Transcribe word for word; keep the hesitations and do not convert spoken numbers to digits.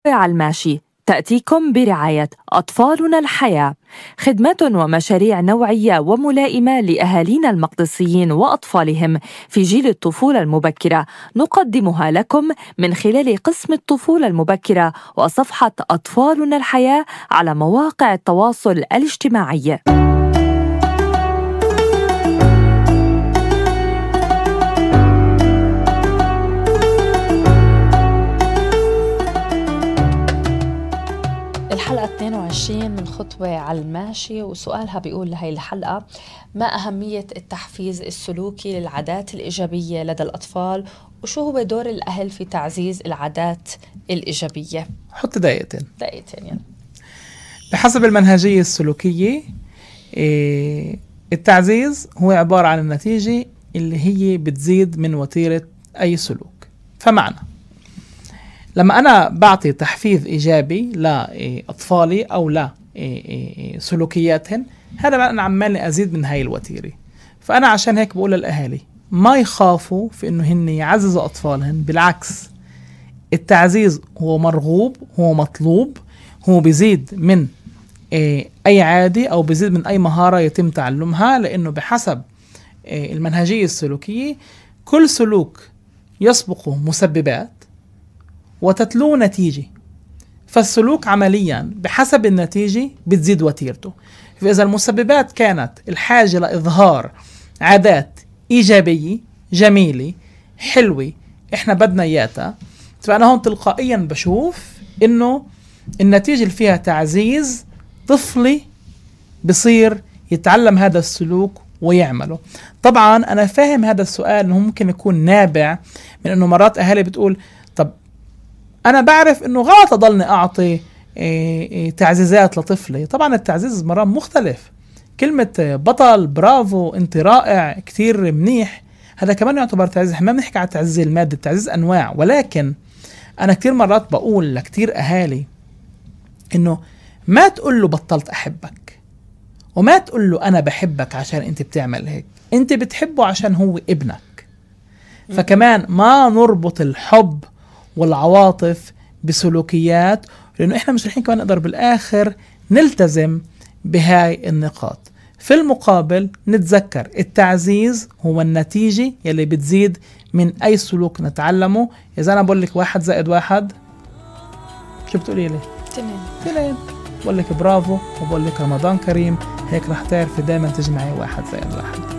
على الماشي تأتيكم برعاية أطفالنا الحياة، خدمات ومشاريع نوعية وملائمة لأهالينا المقدسيين وأطفالهم في جيل الطفولة المبكرة، نقدمها لكم من خلال قسم الطفولة المبكرة وصفحة أطفالنا الحياة على مواقع التواصل الاجتماعي. الحلقة اثنين وعشرين من خطوة على الماشي، وسؤالها بيقول لهي الحلقة: ما أهمية التحفيز السلوكي للعادات الإيجابية لدى الأطفال، وشو هو دور الأهل في تعزيز العادات الإيجابية؟ حط دقيقتين دقيقتين يعني. بحسب المنهجية السلوكية، التعزيز هو عبارة عن النتيجة اللي هي بتزيد من وتيرة أي سلوك. فمعنى لما أنا بعطي تحفيز إيجابي لأطفالي أو لسلوكياتهم، هذا معنى أنا عمالي أزيد من هاي الوتيرة. فأنا عشان هيك بقول للأهالي ما يخافوا في إنه هن يعززوا أطفالهم، بالعكس التعزيز هو مرغوب، هو مطلوب، هو بيزيد من أي عادة أو بيزيد من أي مهارة يتم تعلمها، لأنه بحسب المنهجية السلوكية كل سلوك يسبقه مسببات وتتلو نتيجة، فالسلوك عمليا بحسب النتيجة بتزيد وتيرته. فإذا المسببات كانت الحاجة لإظهار عادات إيجابية جميلة حلوة إحنا بدنا إياها، فأنا هون تلقائيا بشوف إنه النتيجة اللي فيها تعزيز طفلي بصير يتعلم هذا السلوك ويعمله. طبعا أنا فاهم هذا السؤال إنه ممكن يكون نابع من إنه مرات أهالي بتقول طب أنا بعرف إنه غلط أضلني أعطي إيه إيه تعزيزات لطفلي. طبعا التعزيز مرات مختلف، كلمة بطل، برافو، أنت رائع، كتير منيح، هذا كمان يعتبر تعزيز. احنا ما بنحكي على التعزيز المادي، التعزيز أنواع. ولكن أنا كتير مرات بقول لكتير أهالي إنه ما تقول له بطلت أحبك، وما تقول له أنا بحبك عشان أنت بتعمل هيك، أنت بتحبه عشان هو ابنك. فكمان ما نربط الحب والعواطف بسلوكيات، لأنه إحنا مش رحين كمان نقدر بالآخر نلتزم بهاي النقاط. في المقابل نتذكر التعزيز هو النتيجة يلي بتزيد من أي سلوك نتعلمه. إذا أنا بقول لك واحد زائد واحد، شو بتقولي لي؟ تمام تمام. بقول لك برافو وبقول لك رمضان كريم، هيك رح تعرفي دايما تجمعي واحد زائد واحد.